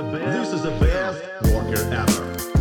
This is the best worker ever.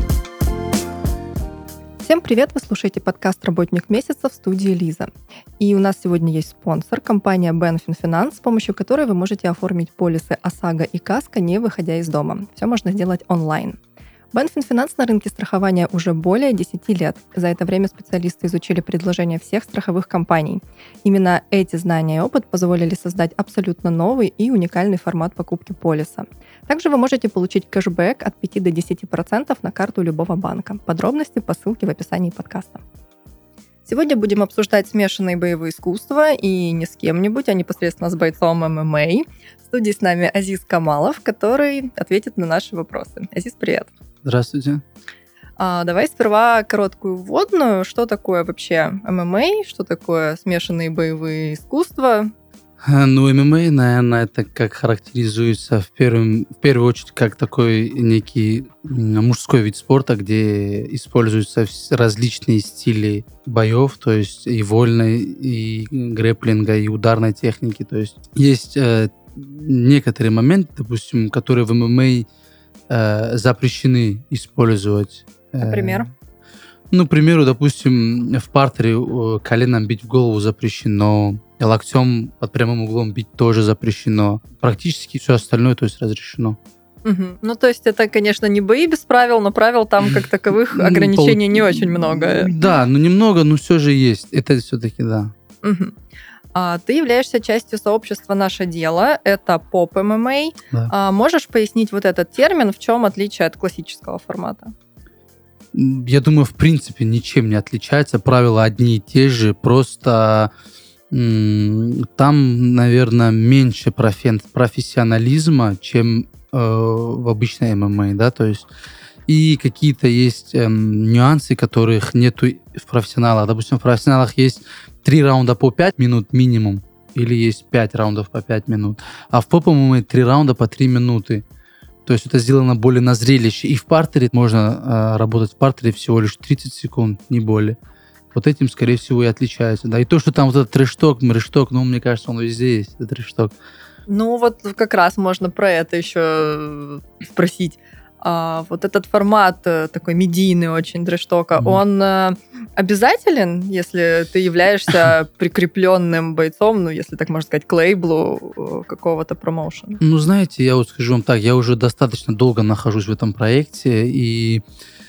Всем привет! Вы слушаете подкаст «Работник месяца» в студии Лиза. И у нас сегодня есть спонсор, компания Benfin Finance, с помощью которой вы можете оформить полисы ОСАГО и КАСКО, не выходя из дома. Все можно сделать онлайн. Benfin Finance на рынке страхования уже более 10 лет. За это время специалисты изучили предложения всех страховых компаний. Именно эти знания и опыт позволили создать абсолютно новый и уникальный формат покупки полиса. Также вы можете получить кэшбэк от 5 до 10% на карту любого банка. Подробности по ссылке в описании подкаста. Сегодня будем обсуждать смешанные боевые искусства, и не с кем-нибудь, а непосредственно с бойцом ММА. В студии с нами Азиз Камалов, который ответит на наши вопросы. Азиз, привет! Здравствуйте. Давай сперва короткую вводную. Что такое вообще ММА? Что такое смешанные боевые искусства? ММА, наверное, это как характеризуется в первую очередь как такой некий мужской вид спорта, где используются различные стили боев, то есть и вольной, и грэпплинга, и ударной техники. То есть есть некоторые моменты, допустим, которые в ММА запрещены использовать. Например? К примеру, допустим, в партере коленом бить в голову запрещено, локтем под прямым углом бить тоже запрещено. Практически все остальное, то есть, разрешено. Угу. То есть это, конечно, не бои без правил, но правил там как таковых ограничений не очень много. Да, немного, но все же есть. Это все-таки да. Угу. Ты являешься частью сообщества «Наше дело», это поп-ММА. Да. Можешь пояснить вот этот термин, в чем отличие от классического формата? Я думаю, в принципе, ничем не отличается. Правила одни и те же, просто там, наверное, меньше профессионализма, чем в обычной ММА, да, то есть и какие-то есть нюансы, которых нету в профессионалах. Допустим, в профессионалах есть 3 раунда по 5 минут минимум, или есть 5 раундов по 5 минут. А в поп-ММА 3 раунда по 3 минуты. То есть это сделано более на зрелище. И в партере можно работать в партере всего лишь 30 секунд, не более. Вот этим, скорее всего, и отличается. Да, и то, что там вот этот трэш-ток, мрэш-ток, мне кажется, он везде есть, этот трэш-ток. Вот как раз можно про это еще спросить. Вот этот формат такой медийный очень трэш-тока, он обязателен, если ты являешься прикрепленным бойцом, если так можно сказать, к лейблу какого-то промоушена? Знаете, я вот скажу вам так, я уже достаточно долго нахожусь в этом проекте и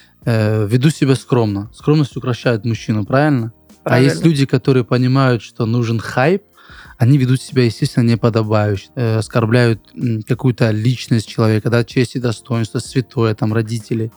веду себя скромно. Скромность украшает мужчину, правильно? А есть люди, которые понимают, что нужен хайп, они ведут себя, естественно, неподобающе, оскорбляют какую-то личность человека, да, честь и достоинство, святое, там, родителей.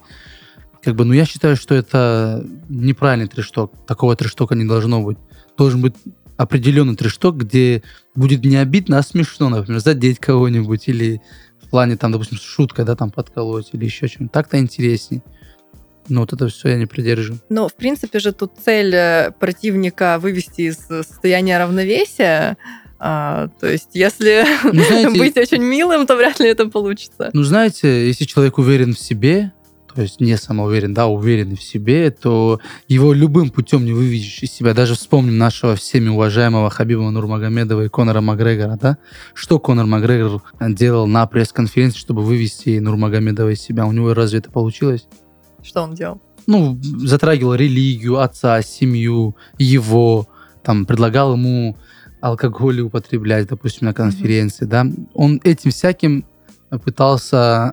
Я считаю, что это неправильный трэш-ток. Такого трэш-тока не должно быть. Должен быть определенный трэш-ток, где будет не обидно, а смешно, например, задеть кого-нибудь или в плане, там, допустим, шуткой, да, там, подколоть или еще чем-то. Так-то интересней. Но вот это все я не придерживаю. В принципе же тут цель противника вывести из состояния равновесия. То есть если быть очень милым, то вряд ли это получится. Знаете, если человек уверен в себе, то есть не самоуверен, да, уверенный в себе, то его любым путем не выведешь из себя. Даже вспомним нашего всеми уважаемого Хабиба Нурмагомедова и Конора Макгрегора, да? Что Конор Макгрегор делал на пресс-конференции, чтобы вывести Нурмагомедова из себя? У него разве это получилось? Что он делал? Затрагивал религию, отца, семью, его, там, предлагал ему алкоголь употреблять, допустим, на конференции, да. Он этим всяким пытался,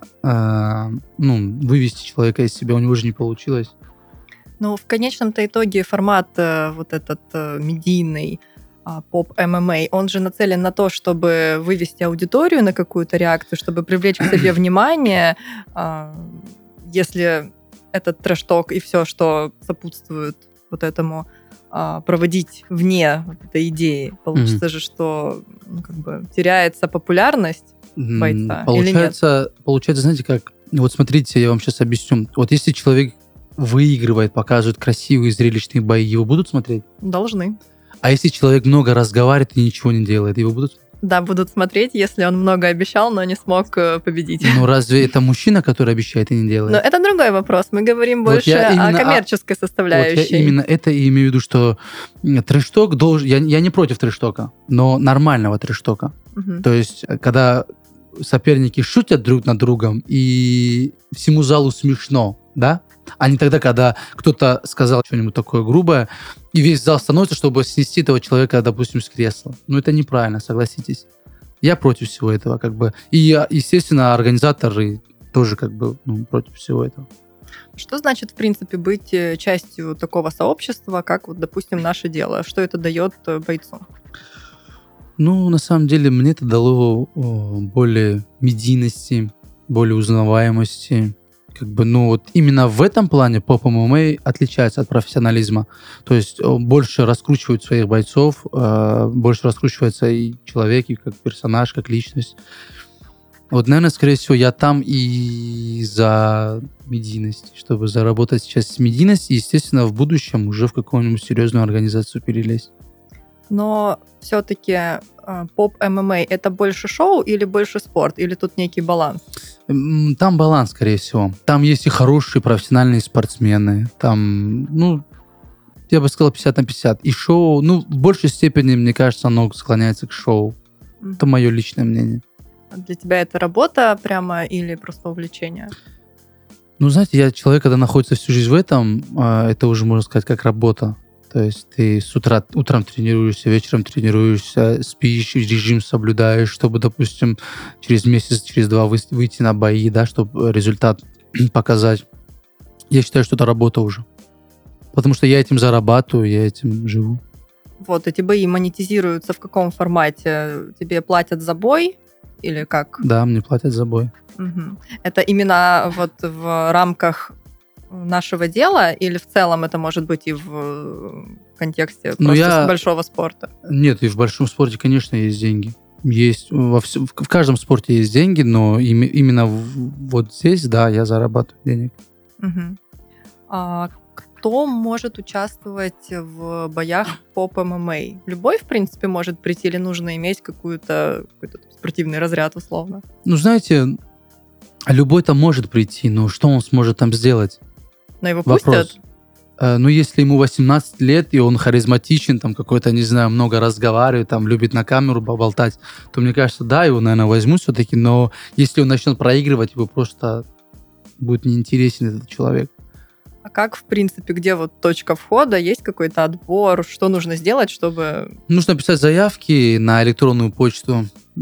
вывести человека из себя, у него же не получилось. В конечном-то итоге формат вот этот медийный, поп-ММА, он же нацелен на то, чтобы вывести аудиторию на какую-то реакцию, чтобы привлечь к себе внимание, если этот трэш-ток и все, что сопутствует вот этому, проводить вне вот этой идеи. Получится же, что теряется популярность бойца или нет? Получается, знаете, как... Вот смотрите, я вам сейчас объясню. Вот если человек выигрывает, показывает красивые зрелищные бои, его будут смотреть? Должны. А если человек много разговаривает и ничего не делает, его будут смотреть? Да, будут смотреть, если он много обещал, но не смог победить. Разве это мужчина, который обещает и не делает? Но это другой вопрос. Мы говорим больше о коммерческой составляющей. Вот я именно это и имею в виду, что трэш-ток должен... Я не против трэш-тока, но нормального трэш-тока. То есть, когда соперники шутят друг над другом, и всему залу смешно, да? А не тогда, когда кто-то сказал что-нибудь такое грубое, и весь зал становится, чтобы снести этого человека, допустим, с кресла. Ну, это неправильно, согласитесь. Я против всего этого, как бы. И, естественно, организаторы тоже, как бы, против всего этого. Что значит, в принципе, быть частью такого сообщества, как, вот, допустим, наше дело? Что это дает бойцу? Ну, на самом деле, мне это дало более медийности, более узнаваемости. Как бы, вот именно в этом плане поп ММА отличается от профессионализма. То есть больше раскручивают своих бойцов, больше раскручивается и человек, и как персонаж, как личность. Вот, наверное, скорее всего, я там и за медийность, чтобы заработать сейчас медийность, и, естественно, в будущем уже в какую-нибудь серьезную организацию перелезть. Но все-таки поп-ММА — это больше шоу или больше спорт? Или тут некий баланс? Там баланс, скорее всего. Там есть и хорошие профессиональные спортсмены. Там, я бы сказал, 50 на 50. И шоу, в большей степени, мне кажется, оно склоняется к шоу. Это мое личное мнение. Для тебя это работа прямо или просто увлечение? Знаете, я человек, когда находится всю жизнь в этом, это уже, можно сказать, как работа. То есть ты утром тренируешься, вечером тренируешься, спишь, режим соблюдаешь, чтобы, допустим, через месяц, через два выйти на бои, да, чтобы результат показать. Я считаю, что это работа уже. Потому что я этим зарабатываю, я этим живу. Вот, эти бои монетизируются в каком формате? Тебе платят за бой или как? Да, мне платят за бой. Угу. Это именно вот в рамках нашего дела, или в целом это может быть и в контексте просто большого спорта? Нет, и в большом спорте, конечно, есть деньги. Есть в каждом спорте есть деньги, но именно вот здесь, да, я зарабатываю денег. Угу. А кто может участвовать в боях по ММА? Любой, в принципе, может прийти, или нужно иметь какой-то спортивный разряд, условно? Знаете, любой-то может прийти, но что он сможет там сделать? Но его пустят? Если ему 18 лет, и он харизматичен, там какой-то, не знаю, много разговаривает, там любит на камеру поболтать, то, мне кажется, да, его, наверное, возьмут все-таки, но если он начнет проигрывать, его просто будет неинтересен этот человек. А как, в принципе, где вот точка входа? Есть какой-то отбор? Что нужно сделать, чтобы... Нужно писать заявки на электронную почту.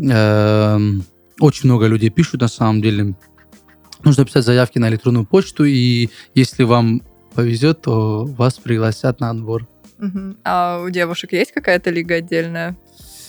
Очень много людей пишут, на самом деле. Нужно писать заявки на электронную почту, и если вам повезет, то вас пригласят на отбор. Угу. А у девушек есть какая-то лига отдельная?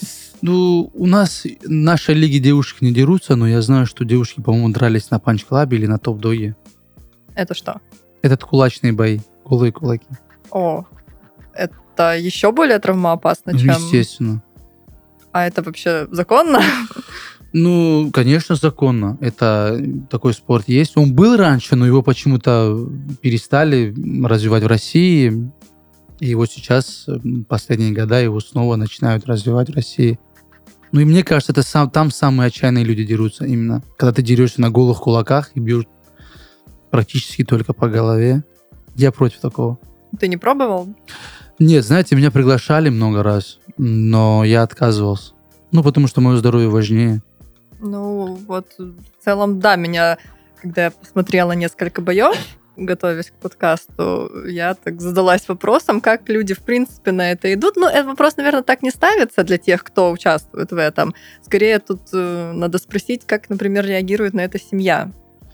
У нас в нашей лиге девушек не дерутся, но я знаю, что девушки, по-моему, дрались на панч-клабе или на топ-доге. Это что? Это кулачные бои, голые кулаки. О, это еще более травмоопасно, чем... Естественно. А это вообще законно? Конечно, законно. Это такой спорт есть. Он был раньше, но его почему-то перестали развивать в России. И вот сейчас, последние года, его снова начинают развивать в России. И мне кажется, там самые отчаянные люди дерутся именно. Когда ты дерешься на голых кулаках и бьешь практически только по голове. Я против такого. Ты не пробовал? Нет, знаете, меня приглашали много раз, но я отказывался. Потому что мое здоровье важнее. Вот в целом, да, когда я посмотрела несколько боев, готовясь к подкасту, я так задалась вопросом, как люди, в принципе, на это идут. Этот вопрос, наверное, так не ставится для тех, кто участвует в этом. Скорее, тут надо спросить, как, например, реагирует на это семья.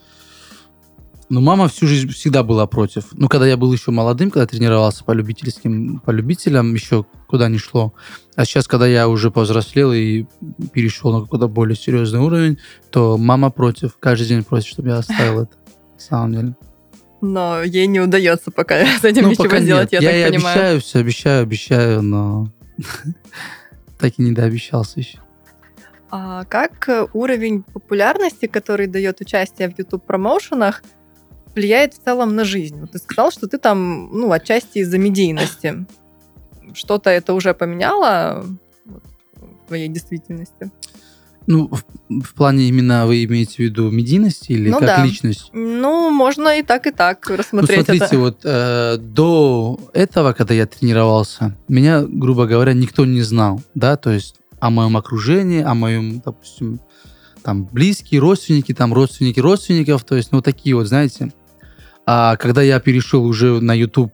Мама всю жизнь всегда была против. Когда я был еще молодым, когда тренировался по любителям, еще куда ни шло. А сейчас, когда я уже повзрослел и перешел на какой-то более серьезный уровень, то мама против. Каждый день просит, чтобы я оставил это. На самом деле. Но ей не удается пока с этим ничего сделать, я так понимаю. Обещаю, но так и не дообещался еще. А как уровень популярности, который дает участие в YouTube-промоушенах, влияет в целом на жизнь? Ты сказал, что ты там, отчасти из-за медийности. Что-то это уже поменяло в твоей действительности? В плане именно вы имеете в виду медийность или как личность? Можно и так рассмотреть смотрите, это. До этого, когда я тренировался, меня, грубо говоря, никто не знал, да, то есть о моем окружении, о моем, допустим, там близкие, родственники, там родственники родственников, то есть, ну, такие вот, знаете. А когда я перешел уже на YouTube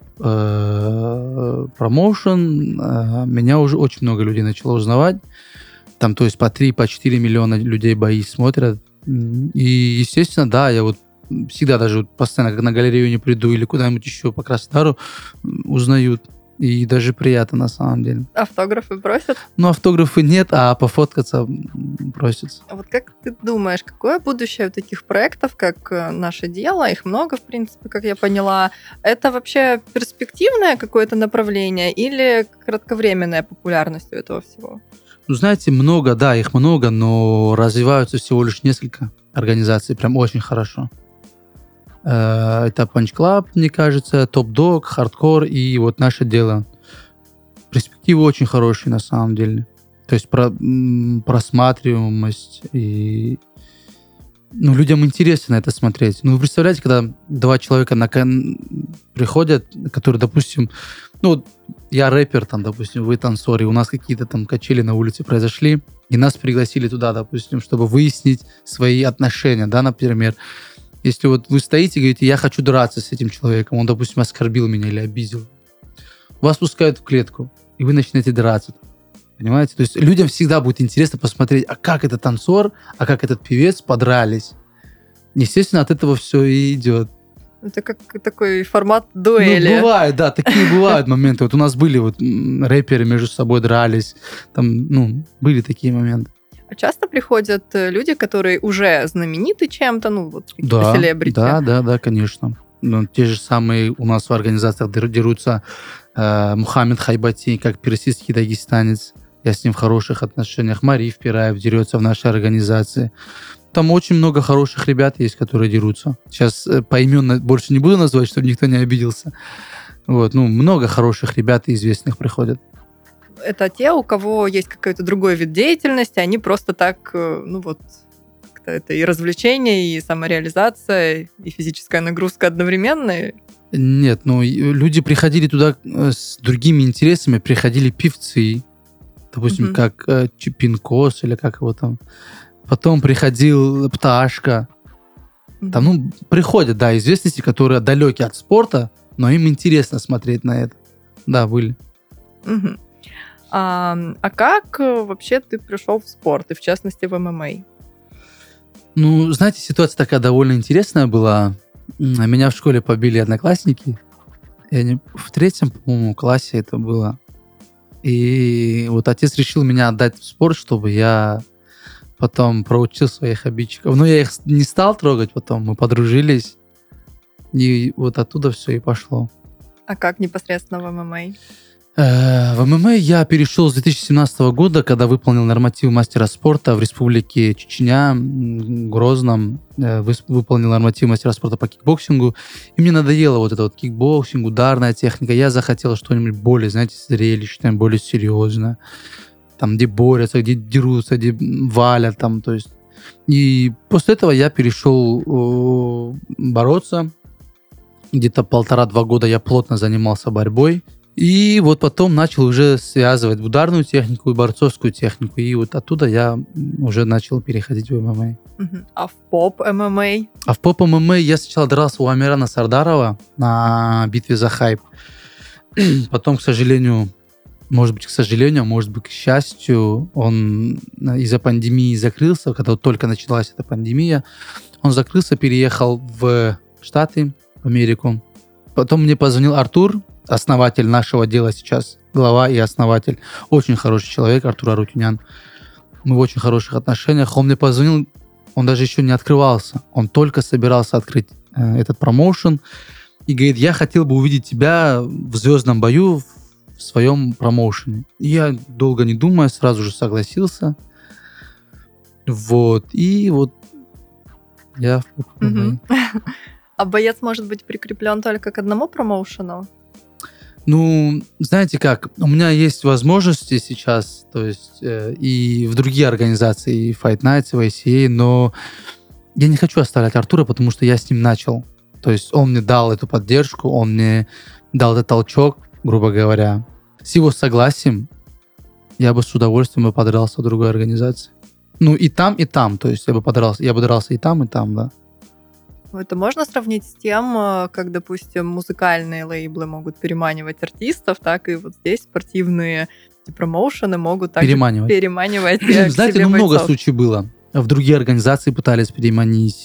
промоушен, меня уже очень много людей начало узнавать. Там, то есть, по 3, по 4 миллиона людей бои смотрят. И, естественно, да, я вот всегда даже вот постоянно, как на галерею не приду или куда-нибудь еще по Краснодару, узнают. И даже приятно, на самом деле. Автографы просят? Ну, автографы нет, а пофоткаться просятся. А вот как ты думаешь, какое будущее у таких проектов, как «Наше дело», их много, в принципе, как я поняла, это вообще перспективное какое-то направление или кратковременная популярность у этого всего? Ну, знаете, много, да, их много, но развиваются всего лишь несколько организаций, прям очень хорошо. Это Punch Club, мне кажется, Top Dog, Hardcore и вот «Наше дело». Перспективы очень хорошие на самом деле. То есть просматриваемость и... Ну, людям интересно это смотреть. Ну, вы представляете, когда два человека приходят, которые, допустим... Ну, вот я рэпер, там, допустим, вы танцоры, у нас какие-то там качели на улице произошли, и нас пригласили туда, допустим, чтобы выяснить свои отношения, да, например. Если вот вы стоите и говорите, я хочу драться с этим человеком, он, допустим, оскорбил меня или обидел, вас пускают в клетку, и вы начинаете драться. Понимаете? То есть людям всегда будет интересно посмотреть, а как этот танцор, а как этот певец подрались. Естественно, от этого все и идет. Это как такой формат дуэли. Ну, бывает, да, такие бывают моменты. Вот у нас были вот рэперы между собой дрались, там, ну, были такие моменты. А часто приходят люди, которые уже знамениты чем-то, ну, вот какие-то Да, селебрити? да, конечно. Ну, те же самые у нас в организациях дерутся Мухаммед Хайбати, как персидский дагестанец. Я с ним в хороших отношениях. Мариф Пираев дерется в нашей организации. Там очень много хороших ребят есть, которые дерутся. Сейчас поименно больше не буду называть, чтобы никто не обиделся. Вот, ну, много хороших ребят и известных приходят. Это те, у кого есть какой-то другой вид деятельности, они просто так, ну вот, как-то это и развлечение, и самореализация, и физическая нагрузка одновременно. Нет, ну, люди приходили туда с другими интересами, приходили певцы, допустим, как Чипинкос или как его там. Потом приходил Пташка. Там, ну, приходят, да, известности, которые далеки от спорта, но им интересно смотреть на это. Да, были. А как вообще ты пришел в спорт, и в частности в ММА? Ну, знаете, ситуация такая довольно интересная была. Меня в школе побили одноклассники. В 3-м, по-моему, классе это было. И вот отец решил меня отдать в спорт, чтобы я потом проучил своих обидчиков. Но я их не стал трогать потом, мы подружились. И вот оттуда все и пошло. А как непосредственно в ММА? В ММА я перешел с 2017 года, когда выполнил норматив мастера спорта в республике Чечня, Грозном. Выполнил норматив мастера спорта по кикбоксингу. И мне надоело вот это вот кикбоксинг, ударная техника. Я захотел что-нибудь более, знаете, зрелищное, более серьезное. Там, где борются, где дерутся, где валят. Там, то есть. И после этого я перешел бороться. Где-то 1,5-2 года я плотно занимался борьбой. И вот потом начал уже связывать ударную технику и борцовскую технику. И вот оттуда я уже начал переходить в ММА. А в поп-ММА? А в поп-ММА я сначала дрался у Амирана Сардарова на битве за хайп. Потом, к сожалению, может быть, к счастью, он из-за пандемии закрылся. Когда вот только началась эта пандемия, он закрылся, переехал в Штаты, в Америку. Потом мне позвонил Артур, основатель нашего дела сейчас, глава и основатель. Очень хороший человек, Артур Арутюнян. Мы в очень хороших отношениях. Он мне позвонил, он даже еще не открывался. Он только собирался открыть этот промоушен. И говорит, я хотел бы увидеть тебя в звездном бою в своем промоушене. И я, долго не думая, сразу же согласился. Вот. И вот я... А боец может быть прикреплен только к одному промоушену? Ну, знаете как, у меня есть возможности сейчас, то есть и в другие организации, и Fight Nights, и в ICA, но я не хочу оставлять Артура, потому что я с ним начал. То есть он мне дал эту поддержку, он мне дал этот толчок, грубо говоря. С его согласием я бы с удовольствием подрался в другой организации. Ну, и там. То есть я бы дрался и там, да. Это можно сравнить с тем, как, допустим, музыкальные лейблы могут переманивать артистов, так и вот здесь спортивные промоушены могут также переманивать к Знаете, себе много бойцов. случаев было. В другие организации пытались переманить.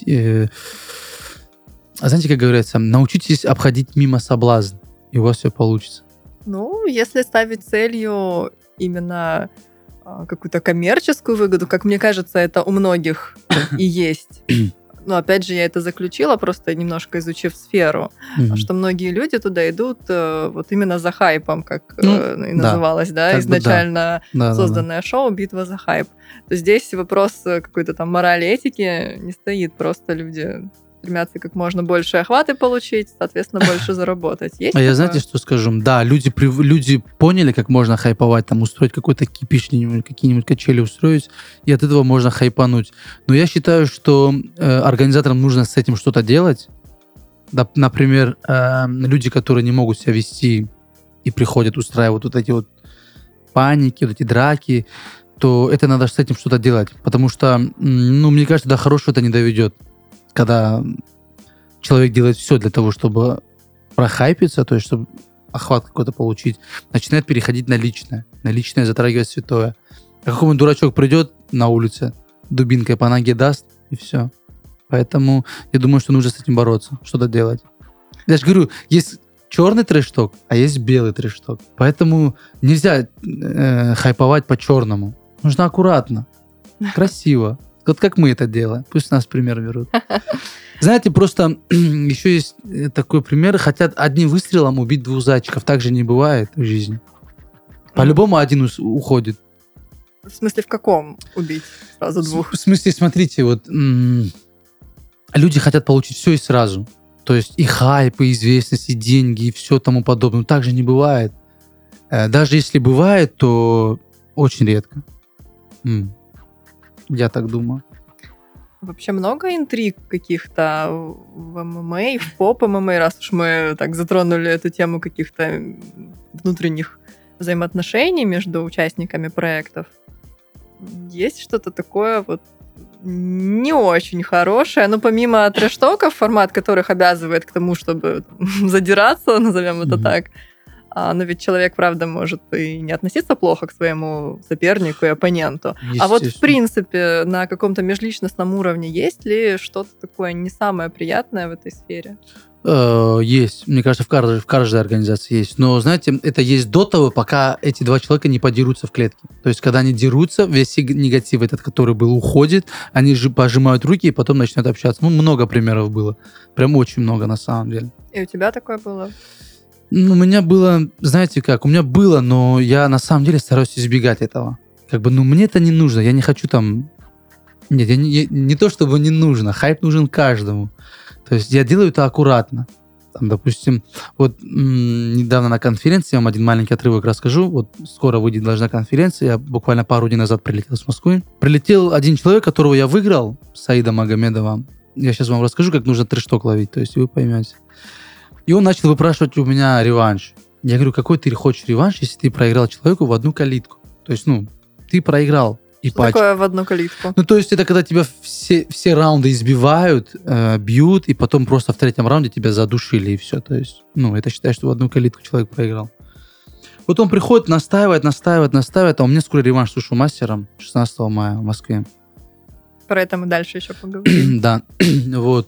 А знаете, как говорится, научитесь обходить мимо соблазн, и у вас все получится. Ну, если ставить целью именно какую-то коммерческую выгоду, как мне кажется, это у многих и есть. Но опять же, я это заключила, просто немножко изучив сферу, что многие люди туда идут вот именно за хайпом, как и называлось, да, изначально созданное шоу «Битва за хайп». То здесь вопрос какой-то там морали, этики не стоит, просто люди стремятся как можно больше охваты получить, соответственно, больше заработать. Есть такое? Я знаете, что скажу? Да, люди поняли, как можно хайповать, там, устроить какой-то кипиш, какие-нибудь качели устроить, и от этого можно хайпануть. Но я считаю, что организаторам нужно с этим что-то делать. Да, например, люди, которые не могут себя вести и приходят, устраивают вот эти вот паники, вот эти драки, то это надо с этим что-то делать. Потому что, мне кажется, до хорошего это не доведет. Когда человек делает все для того, чтобы прохайпиться, то есть чтобы охват какой-то получить, начинает переходить на личное. На личное затрагивать святое. А какой-нибудь дурачок придет на улице, дубинкой по ноге даст, и все. Поэтому я думаю, что нужно с этим бороться, что-то делать. Я же говорю, есть черный трэш-ток, а есть белый трэш-ток. Поэтому нельзя хайповать по-черному. Нужно аккуратно, красиво. Вот как мы это делаем. Пусть нас пример берут. Знаете, просто еще есть такой пример. Хотят одним выстрелом убить двух зайчиков. Так же не бывает в жизни. По-любому один уходит. В смысле, в каком убить сразу двух? В смысле, смотрите, вот люди хотят получить все и сразу. То есть и хайп, и известность, и деньги, и все тому подобное. Так же не бывает. Даже если бывает, то очень редко. Я так думаю. Вообще много интриг каких-то в ММА, в поп-ММА, раз уж мы так затронули эту тему каких-то внутренних взаимоотношений между участниками проектов. Есть что-то такое вот не очень хорошее, но помимо трэш-токов, формат которых обязывает к тому, чтобы задираться, назовем это так, но ведь человек, правда, может и не относиться плохо к своему сопернику и оппоненту. А вот, в принципе, на каком-то межличностном уровне есть ли что-то такое не самое приятное в этой сфере? Есть. Мне кажется, в каждой организации есть. Но, знаете, это есть до того, пока эти два человека не подерутся в клетке. То есть, когда они дерутся, весь негатив этот, который был, уходит, они же пожимают руки и потом начинают общаться. Много примеров было. Прям очень много, на самом деле. И у тебя такое было? У меня было, знаете как, но я на самом деле стараюсь избегать этого. Мне это не нужно, я не хочу там... Нет, не то чтобы не нужно, хайп нужен каждому. То есть я делаю это аккуратно. Там, допустим, вот недавно на конференции, я вам один маленький отрывок расскажу, вот скоро выйдет должна конференция, я буквально пару дней назад прилетел с Москвы. Прилетел один человек, которого я выиграл, Саида Магомедова. Я сейчас вам расскажу, как нужно трэш-ток ловить, то есть вы поймете. И он начал выпрашивать у меня реванш. Я говорю, какой ты хочешь реванш, если ты проиграл человеку в одну калитку? То есть, ты проиграл. И что такое в одну калитку? То есть, это когда тебя все раунды избивают, бьют, и потом просто в третьем раунде тебя задушили, и все. То есть, это считается, что в одну калитку человек проиграл. Вот он приходит, настаивает, а у меня скоро реванш с ушу-мастером 16 мая в Москве. Про это мы дальше еще поговорим. Да, вот.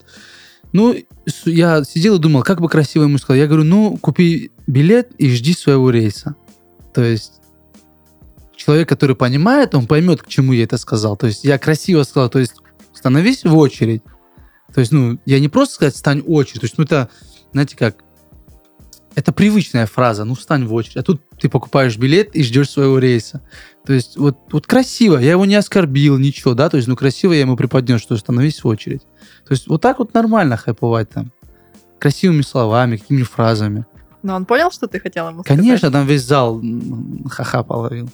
Я сидел и думал, как бы красиво ему сказать. Я говорю, купи билет и жди своего рейса. То есть человек, который понимает, он поймет, к чему я это сказал. То есть я красиво сказал, то есть становись в очередь. То есть, я не просто сказать, стань в очередь. То есть, это, знаете как, это привычная фраза, встань в очередь. А тут ты покупаешь билет и ждешь своего рейса. То есть, вот красиво. Я его не оскорбил, ничего, да. То есть, красиво я ему преподнес, что становись в очередь. То есть, вот так вот нормально хайповать там. Красивыми словами, какими-то фразами. Но он понял, что ты хотел ему сказать? Конечно, там весь зал ха-ха половил.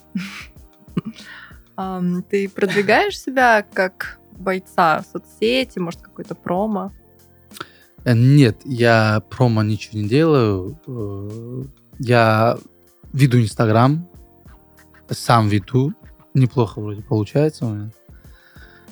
Ты продвигаешь себя как бойца в соцсети, может, какой-то промо? Нет, я промо ничего не делаю. Я веду Инстаграм, сам веду. Неплохо вроде получается у меня.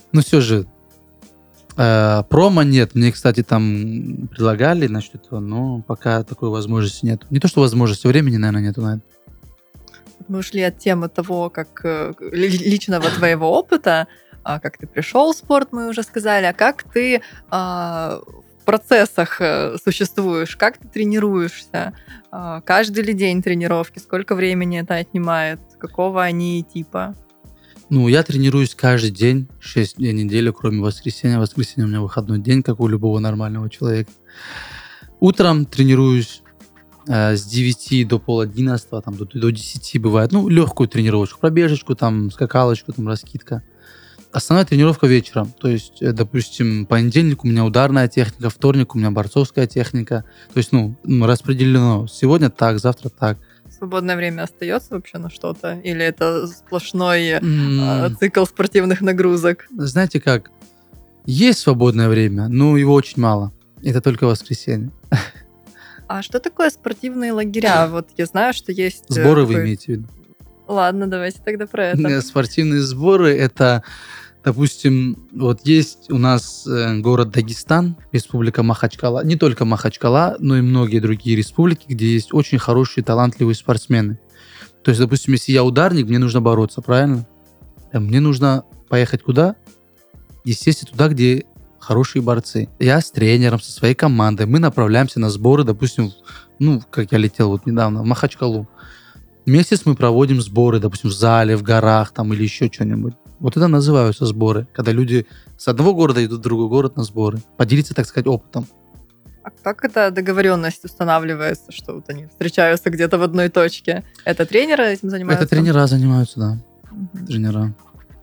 Ну, все же, промо нет. Мне, кстати, там предлагали насчет этого, но пока такой возможности нет. Не то, что возможности, времени, наверное, нету на это. Мы ушли от темы того, как личного твоего опыта, как ты пришел в спорт, мы уже сказали, а как ты в процессах существуешь, как ты тренируешься, каждый ли день тренировки, сколько времени это отнимает, какого они типа? Ну, я тренируюсь каждый день, 6 дней в неделю, кроме воскресенья. Воскресенье у меня выходной день, как у любого нормального человека. Утром тренируюсь с 9 до 10:30, там, до 10 бывает. Ну, легкую тренировочку, пробежечку, там, скакалочку, там, раскидка. Основная тренировка вечером. То есть, допустим, понедельник у меня ударная техника, вторник у меня борцовская техника. То есть, распределено. Сегодня так, завтра так. Свободное время остается вообще на что-то? Или это сплошной цикл спортивных нагрузок? Знаете как? Есть свободное время, но его очень мало. Это только воскресенье. А что такое спортивные лагеря? Вот я знаю, что есть... Сборы вы имеете в виду? Ладно, давайте тогда про это. Спортивные сборы — это, допустим, вот есть у нас город Дагестан, республика Махачкала. Не только Махачкала, но и многие другие республики, где есть очень хорошие, талантливые спортсмены. То есть, допустим, если я ударник, мне нужно бороться, правильно? Мне нужно поехать куда? Естественно, туда, где хорошие борцы. Я с тренером, со своей командой, мы направляемся на сборы, допустим, как я летел вот недавно, в Махачкалу. Месяц мы проводим сборы, допустим, в зале, в горах там или еще что-нибудь. Вот это называются сборы, когда люди с одного города идут в другой город на сборы. Поделиться, так сказать, опытом. А как эта договоренность устанавливается, что вот они встречаются где-то в одной точке? Это тренеры этим занимаются? Это тренера занимаются, да. Мгм. Тренера.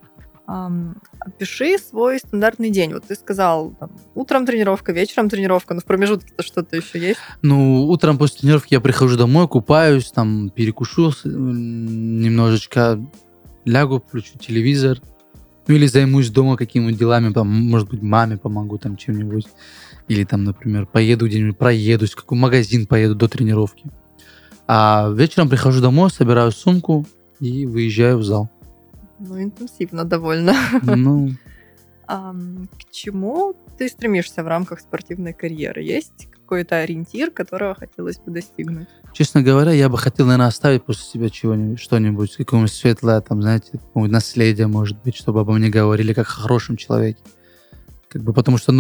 Опиши свой стандартный день. Вот ты сказал, там, утром тренировка, вечером тренировка, но в промежутке-то что-то еще есть? Ну, утром после тренировки я прихожу домой, купаюсь, там, перекушу немножечко, лягу, включу телевизор, или займусь дома какими-нибудь делами, там, может быть, маме помогу там чем-нибудь, или там, например, поеду где-нибудь, проедусь, в какой магазин поеду до тренировки. А вечером прихожу домой, собираю сумку и выезжаю в зал. Ну, интенсивно довольно. Ну, К чему ты стремишься в рамках спортивной карьеры? Есть какой-то ориентир, которого хотелось бы достигнуть? честно говоря, я бы хотел, наверное, оставить после себя чего-нибудь, что-нибудь, какое-нибудь светлое, там, знаете, какое-нибудь наследие, может быть, чтобы обо мне говорили как о хорошем человеке. Потому что,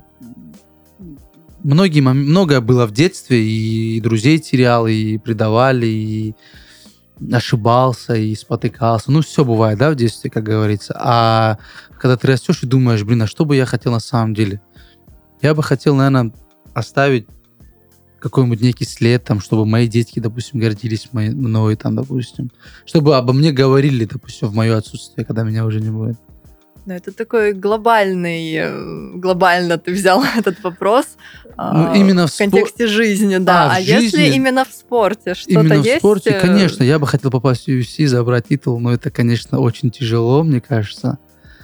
многое было в детстве, и друзей терял, и предавали, и ошибался, и спотыкался. Все бывает, да, в детстве, как говорится. А когда ты растешь и думаешь, а что бы я хотел на самом деле? Я бы хотел, наверное, оставить какой-нибудь некий след, там, чтобы мои детки, допустим, гордились мной, там, допустим. Чтобы обо мне говорили, допустим, в мое отсутствие, когда меня уже не будет. Ну, это такой глобально ты взял этот вопрос именно в контексте жизни, да. в если жизни, именно в спорте что-то именно есть? в спорте, конечно, я бы хотел попасть в UFC, забрать титул, но это, конечно, очень тяжело, мне кажется.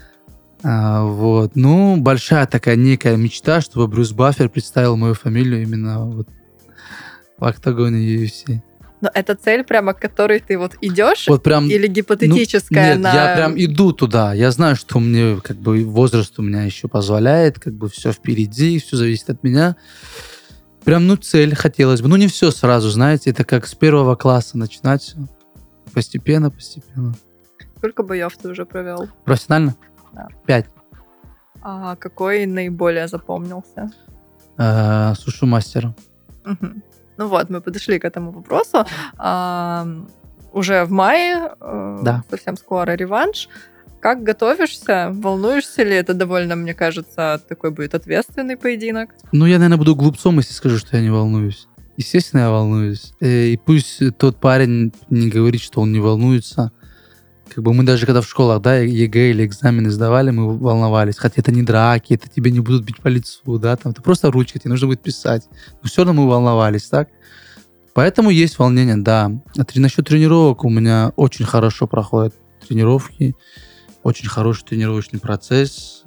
Большая такая некая мечта, чтобы Брюс Баффер представил мою фамилию именно вот в октагоне UFC. Но это цель, прямо к которой ты вот идешь? Вот прям, или гипотетическая? Нет, я прям иду туда. Я знаю, что мне возраст у меня еще позволяет, все впереди, все зависит от меня. Прям, цель хотелось бы. Не все сразу, знаете, это как с 1 класса начинать все. Постепенно. Сколько боев ты уже провел? Профессионально? Да. 5. А какой наиболее запомнился? Сушу-мастером. Угу. Мы подошли к этому вопросу. Уже в мае, да. Совсем скоро реванш. Как готовишься? Волнуешься ли? Это довольно, мне кажется, такой будет ответственный поединок. Я, наверное, буду глупцом, если скажу, что я не волнуюсь. Естественно, я волнуюсь. И пусть тот парень не говорит, что он не волнуется. Мы даже когда в школах, да, ЕГЭ или экзамены сдавали, мы волновались. Хотя это не драки, это тебя не будут бить по лицу, да, там это просто ручка, тебе нужно будет писать. Но все равно мы волновались, так? Поэтому есть волнение, да. Насчет тренировок у меня очень хорошо проходят тренировки, очень хороший тренировочный процесс.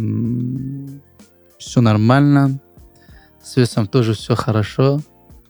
Все нормально. С весом тоже все хорошо.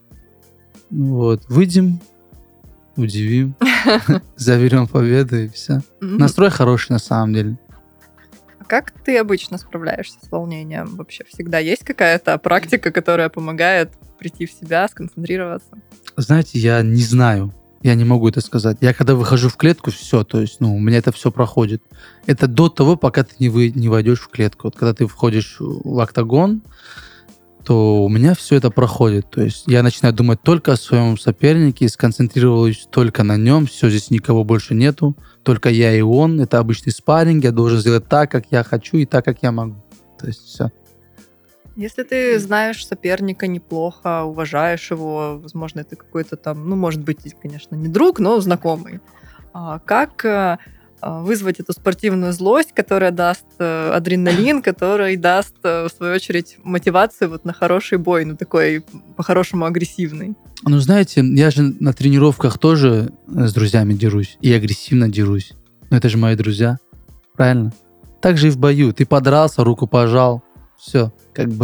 Выйдем, удивим, заберем победу и все. Настрой хороший на самом деле. как ты обычно справляешься с волнением? Вообще всегда есть какая-то практика, которая помогает прийти в себя, сконцентрироваться? Знаете, я не знаю. Я не могу это сказать. Я когда выхожу в клетку, все, то есть, у меня это все проходит. Это до того, пока ты не войдешь в клетку. Вот когда ты входишь в октагон, то у меня все это проходит. То есть я начинаю думать только о своем сопернике, сконцентрировалась только на нем, все, здесь никого больше нету, только я и он. Это обычный спарринг, я должен сделать так, как я хочу, и так, как я могу. То есть все. Если ты знаешь соперника неплохо, уважаешь его, возможно, это какой-то там, может быть, конечно, не друг, но знакомый. Как вызвать эту спортивную злость, которая даст адреналин, который даст, в свою очередь, мотивацию вот на хороший бой, такой по-хорошему агрессивный? Знаете, я же на тренировках тоже с друзьями дерусь, и агрессивно дерусь. Но это же мои друзья, правильно? Так же и в бою. Ты подрался, руку пожал, все,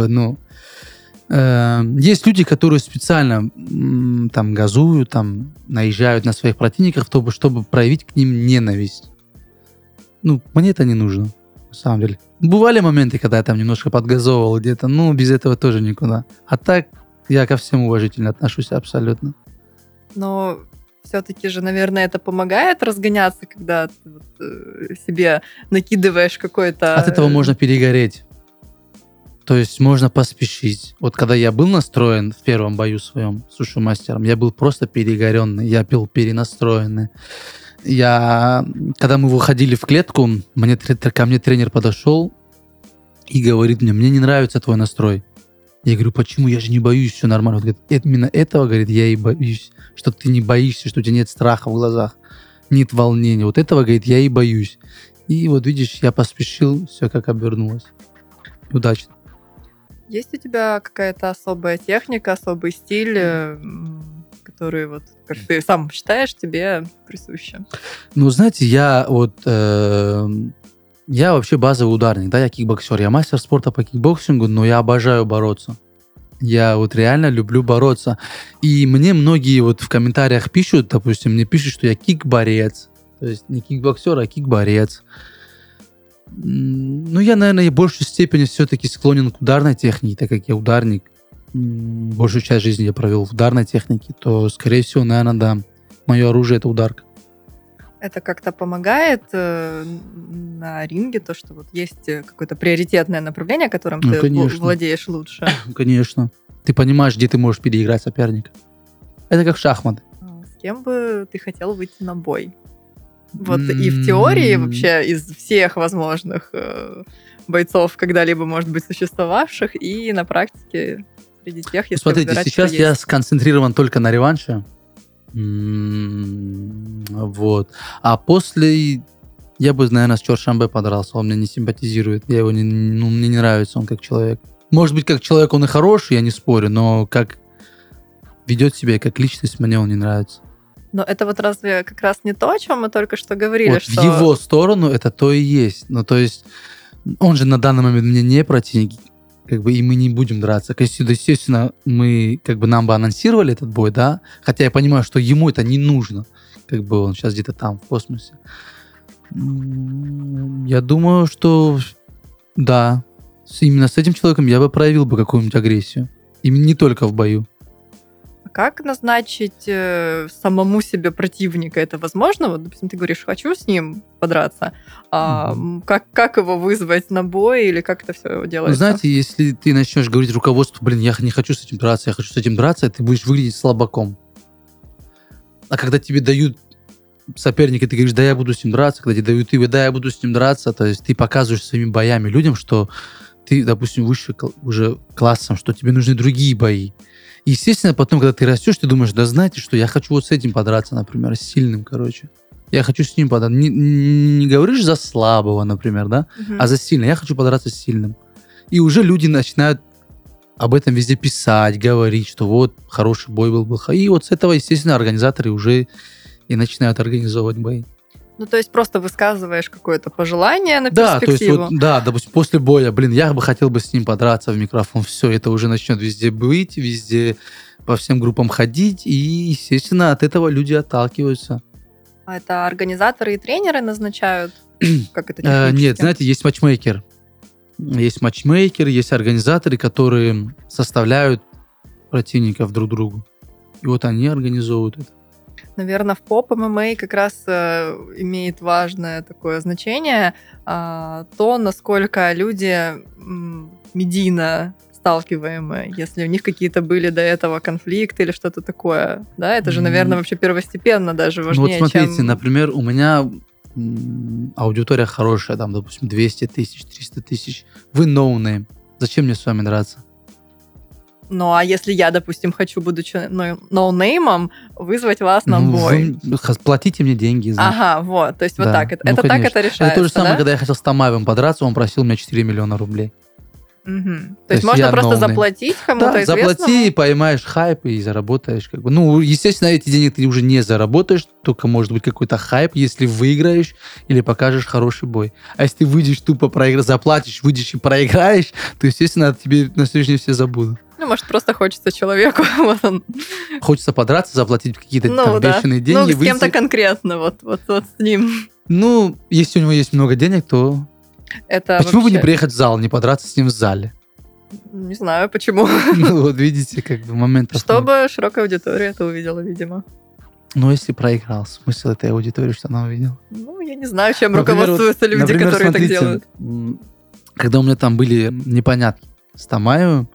есть люди, которые специально там газуют, там наезжают на своих противников, чтобы проявить к ним ненависть. Мне это не нужно, на самом деле. Бывали моменты, когда я там немножко подгазовывал где-то, без этого тоже никуда. А так я ко всем уважительно отношусь абсолютно. Но все-таки же, наверное, это помогает разгоняться, когда ты себе накидываешь какой-то... От этого можно перегореть. То есть можно поспешить. Вот когда я был настроен в первом бою своем с суши-мастером, я был просто перегоренный, я был перенастроенный. Когда мы выходили в клетку, ко мне тренер подошел и говорит мне не нравится твой настрой. Я говорю, почему? Я же не боюсь, все нормально. Он говорит, именно этого, говорит, я и боюсь, что ты не боишься, что у тебя нет страха в глазах, нет волнения. Вот этого, говорит, я и боюсь. И вот видишь, я поспешил, все как обернулось. Удачно. Есть у тебя какая-то особая техника, особый стиль, который, как ты сам считаешь, тебе присущи? Знаете, я вообще базовый ударник, да, я кикбоксер, я мастер спорта по кикбоксингу, но я обожаю бороться. Я реально люблю бороться. И мне многие в комментариях пишут, допустим, мне пишут, что я кикборец. То есть не кикбоксер, а кикборец. Я, наверное, в большей степени все-таки склонен к ударной технике, так как я ударник. Большую часть жизни я провел в ударной технике, то, скорее всего, наверное, да, мое оружие — это ударка. Это как-то помогает на ринге, то, что есть какое-то приоритетное направление, которым ты владеешь лучше? Конечно. Ты понимаешь, где ты можешь переиграть соперника. Это как шахматы. С кем бы ты хотел выйти на бой? И в теории вообще из всех возможных бойцов, когда-либо, может быть, существовавших, и на практике среди тех, если смотрите, выбирать, сейчас я сконцентрирован только на реванше. А после я бы, наверное, с Чоршанбе подрался. Он мне не симпатизирует. Мне не нравится он как человек. Может быть, как человек он и хороший, я не спорю, но как ведет себя, как личность, мне он не нравится. Но это разве как раз не то, о чем мы только что говорили? В его сторону это то и есть. То есть он же на данный момент мне не противник, и мы не будем драться. Естественно, нам бы анонсировали этот бой, да, хотя я понимаю, что ему это не нужно, он сейчас где-то там, в космосе. Я думаю, что да, именно с этим человеком я бы проявил бы какую-нибудь агрессию. Именно не только в бою. Как назначить самому себе противника? Это возможно? Допустим, ты говоришь, хочу с ним подраться. Как его вызвать на бой? Или как это все делается? Знаете, если ты начнешь говорить руководству, я не хочу с этим драться, я хочу с этим драться, ты будешь выглядеть слабаком. А когда тебе дают соперника, ты говоришь, да, я буду с ним драться, когда тебе дают да, я буду с ним драться, то есть ты показываешь своими боями людям, что ты, допустим, выше уже классом, что тебе нужны другие бои. И, естественно, потом, когда ты растешь, ты думаешь, да знаете, что я хочу с этим подраться, например, с сильным, Я хочу с ним подраться. Не говоришь за слабого, например, да, а за сильного. Я хочу подраться с сильным. И уже люди начинают об этом везде писать, говорить, что хороший бой был. И с этого, естественно, организаторы уже и начинают организовывать бои. То есть просто высказываешь какое-то пожелание на перспективу. То есть, допустим, после боя, я бы хотел с ним подраться в микрофон. Все, это уже начнет везде быть, везде по всем группам ходить. И, естественно, от этого люди отталкиваются. А это организаторы и тренеры назначают? Как это технически? Нет, знаете, есть матчмейкер. Есть матчмейкер, есть организаторы, которые составляют противников друг другу. И вот они организовывают это. Наверное, в поп-ММА как раз имеет важное такое значение то, насколько люди медийно сталкиваемые, если у них какие-то были до этого конфликты или что-то такое. Да, это же, наверное, вообще первостепенно даже важнее, Ну вот смотрите, чем... например, у меня аудитория хорошая, там, допустим, 200 тысяч, 300 тысяч. Вы ноунейм. Зачем мне с вами драться? Ну, а если я, допустим, хочу, будучи ноунеймом, вызвать вас на бой? Вы платите мне деньги. Значит. Ага, вот. То есть Да. вот так. Ну, Это так конечно. это решается, Это то же самое, да? когда я хотел с Тамаевым подраться, он просил у меня 4 миллиона рублей. Угу. То есть можно я просто ноунейм. заплатить кому-то Да, известному? заплати, поймаешь хайп и заработаешь. Как бы. Ну, естественно, эти деньги ты уже не заработаешь, только может быть какой-то хайп, если выиграешь или покажешь хороший бой. А если ты выйдешь тупо проиграешь, заплатишь, выйдешь и проиграешь, то, естественно, тебе на следующий день все забудут. Ну, может, просто хочется человеку. Вот он. Хочется подраться, заплатить какие-то там да. бешеные деньги. Ну, с кем-то конкретно, вот с ним. Ну, если у него есть много денег, то... Это Почему бы вообще... не приехать в зал, не подраться с ним в зале? Не знаю, почему. Ну, вот видите, как бы момент. Чтобы широкая аудитория это увидела, видимо. Ну, если проиграл, смысл этой аудитории, что она увидела? Ну, я не знаю, чем Например, руководствуются люди, например, которые смотрите, так делают. Когда у меня там были непонятки с Тамаевым,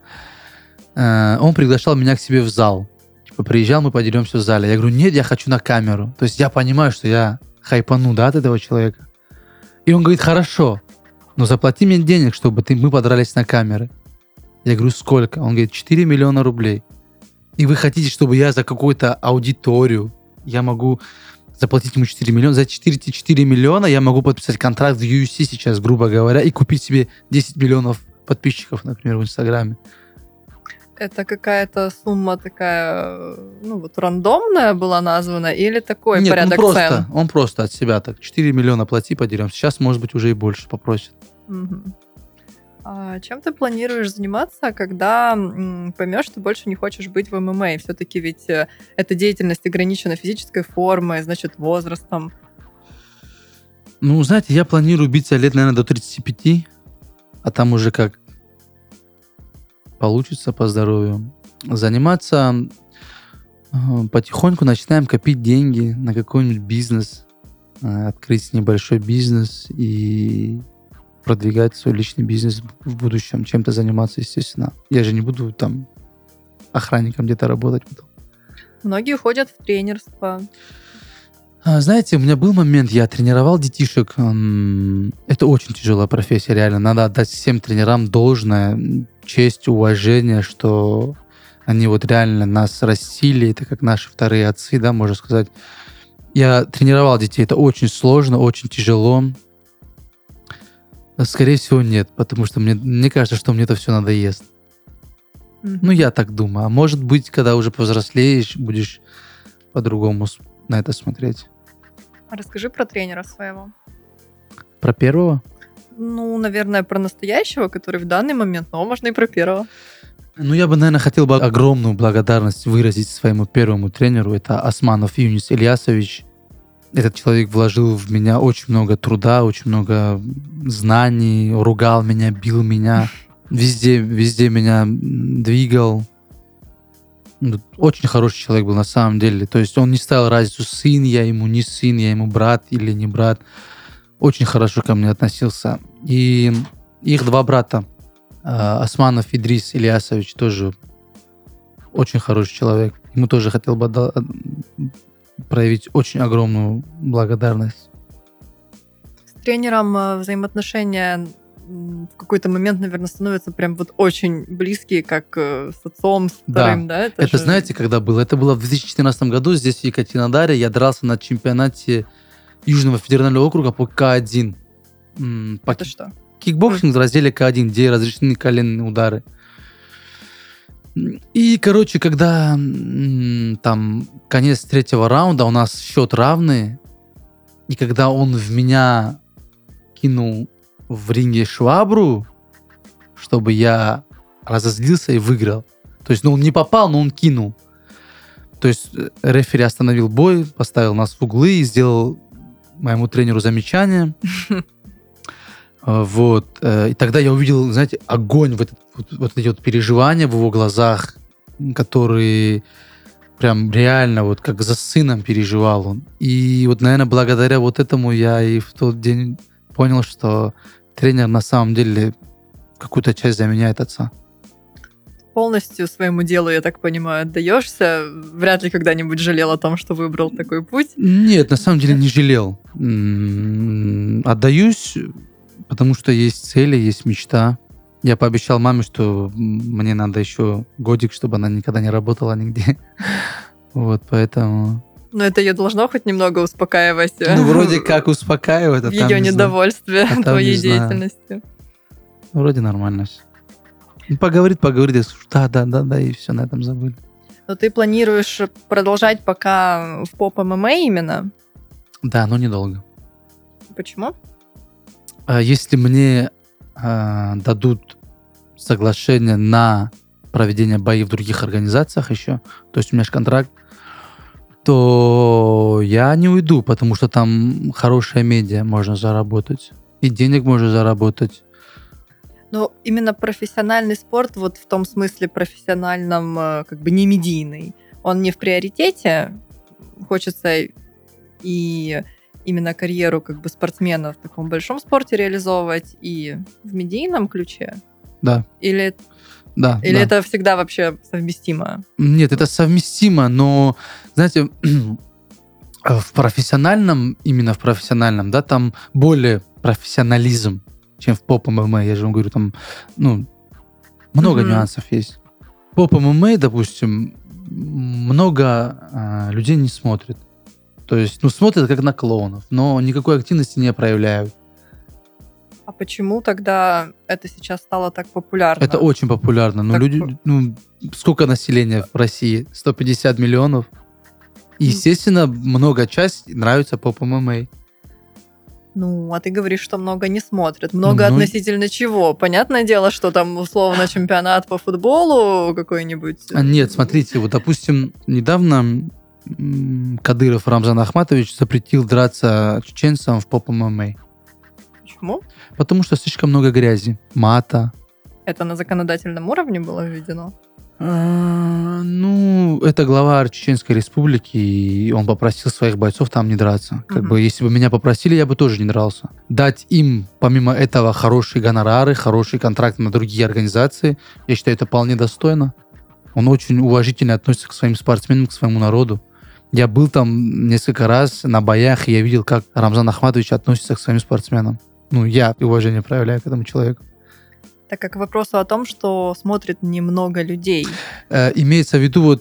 он приглашал меня к себе в зал. Типа, приезжал, мы подеремся в зале. Я говорю, нет, я хочу на камеру. То есть я понимаю, что я хайпану, да, от этого человека. И он говорит, хорошо, но заплати мне денег, чтобы мы подрались на камеры. Я говорю, сколько? Он говорит, 4 миллиона рублей. И вы хотите, чтобы я за какую-то аудиторию, я могу заплатить ему 4 миллиона. За 4 миллиона я могу подписать контракт в UFC сейчас, грубо говоря, и купить себе 10 миллионов подписчиков, например, в Инстаграме. Это какая-то сумма такая, ну вот рандомная была названа, или такой Нет, порядок цен? Он просто от себя так, 4 миллиона плати, подеремся. Сейчас, может быть, уже и больше попросит. Угу. А чем ты планируешь заниматься, когда поймешь, что больше не хочешь быть в ММА? Все-таки ведь эта деятельность ограничена физической формой, значит, возрастом. Ну, знаете, я планирую биться лет, наверное, до 35, а там уже как получится по здоровью. Заниматься потихоньку начинаем копить деньги на какой-нибудь бизнес, открыть небольшой бизнес и продвигать свой личный бизнес в будущем, чем-то заниматься, естественно. Я же не буду там охранником где-то работать потом. Многие уходят в тренерство. Знаете, у меня был момент, я тренировал детишек. Это очень тяжелая профессия, реально. Надо отдать всем тренерам должное, честь, уважение, что они вот реально нас растили, это как наши вторые отцы, да, можно сказать. Я тренировал детей, это очень сложно, очень тяжело. Скорее всего, нет, потому что мне кажется, что мне это все надоест. Ну, я так думаю. А может быть, когда уже повзрослеешь, будешь по-другому на это смотреть. Расскажи про тренера своего. Про первого? Ну, наверное, про настоящего, который в данный момент, но можно и про первого. Ну, я бы, наверное, хотел бы огромную благодарность выразить своему первому тренеру. Это Османов Юнис Ильясович. Этот человек вложил в меня очень много труда, очень много знаний, ругал меня, бил меня, везде меня двигал. Очень хороший человек был на самом деле. То есть он не ставил разницу, сын я ему, не сын, я ему брат или не брат. Очень хорошо ко мне относился. И их два брата, Османов Идрис Ильясович, тоже очень хороший человек. Ему тоже хотел бы проявить очень огромную благодарность. С тренером взаимоотношения в какой-то момент, наверное, становятся прям вот очень близкие, как с отцом, с вторым, да? Это знаете, когда было? Это было в 2014 году здесь, в Екатеринодаре. Я дрался на чемпионате Южного федерального округа по К1. Это что? Кикбоксинг в разделе К1, где разрешены коленные удары. И, короче, когда там конец третьего раунда, у нас счет равный, и когда он в меня кинул в ринге швабру, чтобы я разозлился и выиграл. То есть, он не попал, но он кинул. То есть, рефери остановил бой, поставил нас в углы и сделал моему тренеру замечание. Вот. И тогда я увидел, знаете, огонь, вот эти вот переживания в его глазах, которые прям реально вот как за сыном переживал он. И вот, наверное, благодаря вот этому я и в тот день понял, что тренер на самом деле какую-то часть заменяет отца. Полностью своему делу, я так понимаю, отдаешься. Вряд ли когда-нибудь жалел о том, что выбрал такой путь. Нет, на самом деле не жалел. Отдаюсь, потому что есть цели, есть мечта. Я пообещал маме, что мне надо еще годик, чтобы она никогда не работала нигде. Вот, поэтому... Но это ее должно хоть немного успокаивать. Ну, вроде как успокаивает, а в там ее не знаю. недовольстве там твоей не знаю. деятельностью. Вроде нормально все. Ну, поговорит, я скажу, да, и все, на этом забыли. Но ты планируешь продолжать пока в поп-ММА именно? Да, но недолго. Почему? Если мне дадут соглашение на проведение боев в других организациях еще, то есть у меня же контракт, то я не уйду, потому что там хорошая медиа, можно заработать. И денег можно заработать. Но именно профессиональный спорт, вот в том смысле профессиональном, как бы не медийный, он не в приоритете. Хочется и именно карьеру как бы спортсмена в таком большом спорте реализовывать и в медийном ключе? Да. Или Да. это всегда вообще совместимо? Нет, это совместимо, но, знаете, в профессиональном, да, там более профессионализм, чем в поп-ММА. Я же вам говорю, там, много нюансов есть. Поп-ММА, допустим, много людей не смотрит. То есть, смотрят как на клоунов, но никакой активности не проявляют. А почему тогда это сейчас стало так популярно? Это очень популярно. Так... Люди, сколько населения в России? 150 миллионов. И, естественно, много часть нравится поп-ММА. А ты говоришь, что много не смотрят. Много относительно чего? Понятное дело, что там, условно, чемпионат по футболу какой-нибудь? Нет, смотрите, вот, допустим, недавно Кадыров Рамзан Ахматович запретил драться чеченцам в поп-ММА. Почему? Потому что слишком много грязи, мата. Это на законодательном уровне было введено? Это глава Чеченской Республики, и он попросил своих бойцов там не драться. Как бы, если бы меня попросили, я бы тоже не дрался. Дать им, помимо этого, хорошие гонорары, хорошие контракты на другие организации, я считаю, это вполне достойно. Он очень уважительно относится к своим спортсменам, к своему народу. Я был там несколько раз на боях, и я видел, как Рамзан Ахматович относится к своим спортсменам. Я уважение проявляю к этому человеку. Так как к вопросу о том, что смотрит немного людей. Имеется в виду,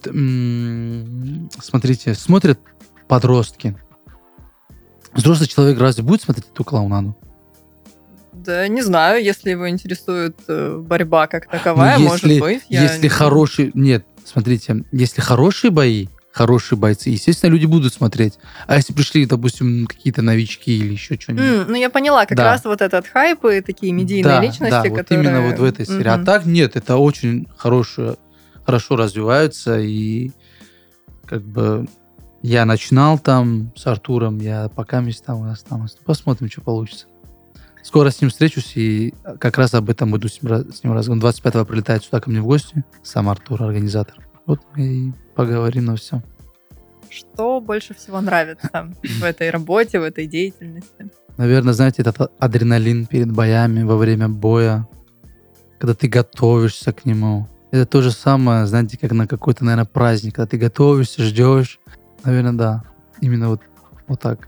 смотрите, смотрят подростки. Взрослый человек разве будет смотреть эту клоунаду? Да, не знаю, если его интересует борьба как таковая, может быть. Если хороший... Нет, смотрите, если хорошие бои, хорошие бойцы, естественно, люди будут смотреть. А если пришли, допустим, какие-то новички или еще что-нибудь? Я поняла, как раз вот этот хайп и такие медийные личности, которые... вот именно вот в этой сфере. А так нет, это очень хорошо развиваются, и как бы я начинал там с Артуром, я пока там останусь. Посмотрим, что получится. Скоро с ним встречусь, и как раз об этом буду с ним разговаривать. 25-го прилетает сюда ко мне в гости, сам Артур, организатор. Вот мы и поговорим на все. Что больше всего нравится в этой работе, в этой деятельности? Наверное, знаете, этот адреналин перед боями, во время боя, когда ты готовишься к нему. Это то же самое, знаете, как на какой-то, наверное, праздник, когда ты готовишься, ждешь. Наверное, да. Именно вот так.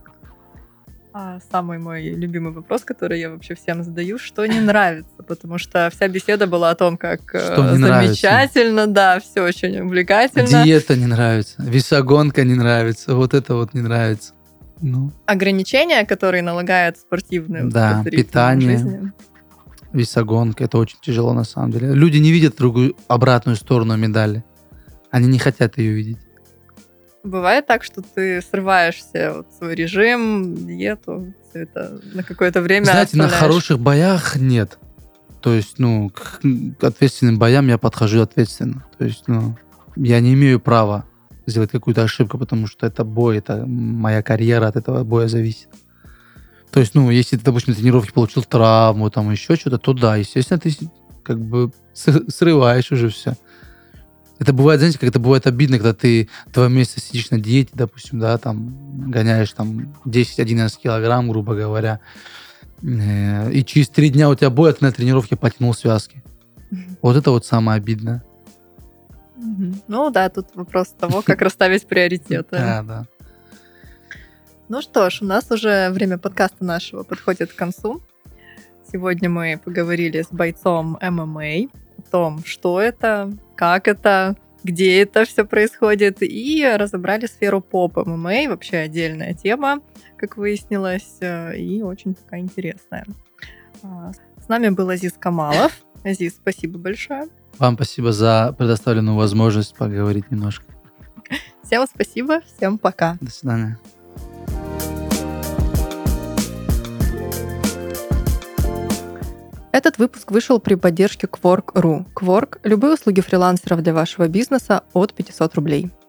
Самый мой любимый вопрос, который я вообще всем задаю, что не нравится, потому что вся беседа была о том, как замечательно, да, все очень увлекательно. Диета не нравится, весогонка не нравится, вот это вот не нравится. Ограничения, которые налагают спортивные питание, жизни. Весогонка, это очень тяжело на самом деле. Люди не видят обратную сторону медали, они не хотят ее видеть. Бывает так, что ты срываешься, свой режим, диету, все это на какое-то время знаете, оставляешь? На хороших боях нет. То есть, к ответственным боям я подхожу ответственно. То есть, я не имею права сделать какую-то ошибку, потому что это бой, это моя карьера от этого боя зависит. То есть, если ты, допустим, на тренировке получил травму, там еще что-то, то да, естественно, ты как бы срываешь уже все. Это бывает, знаете, как это бывает обидно, когда ты 2 месяца сидишь на диете, допустим, да, там, гоняешь там 10-11 килограмм, грубо говоря, и через 3 дня у тебя бой, а ты на тренировке потянул связки. Вот это вот самое обидное. Ну да, тут вопрос того, как расставить приоритеты. Да. Ну что ж, у нас уже время подкаста нашего подходит к концу. Сегодня мы поговорили с бойцом ММА о том, что это, как это, где это все происходит, и разобрали сферу поп-ММА, вообще отдельная тема, как выяснилось, и очень такая интересная. С нами был Азиз Камалов. Азиз, спасибо большое. Вам спасибо за предоставленную возможность поговорить немножко. Всем спасибо, всем пока. До свидания. Этот выпуск вышел при поддержке Quark.ru. Quark – любые услуги фрилансеров для вашего бизнеса от 500 рублей.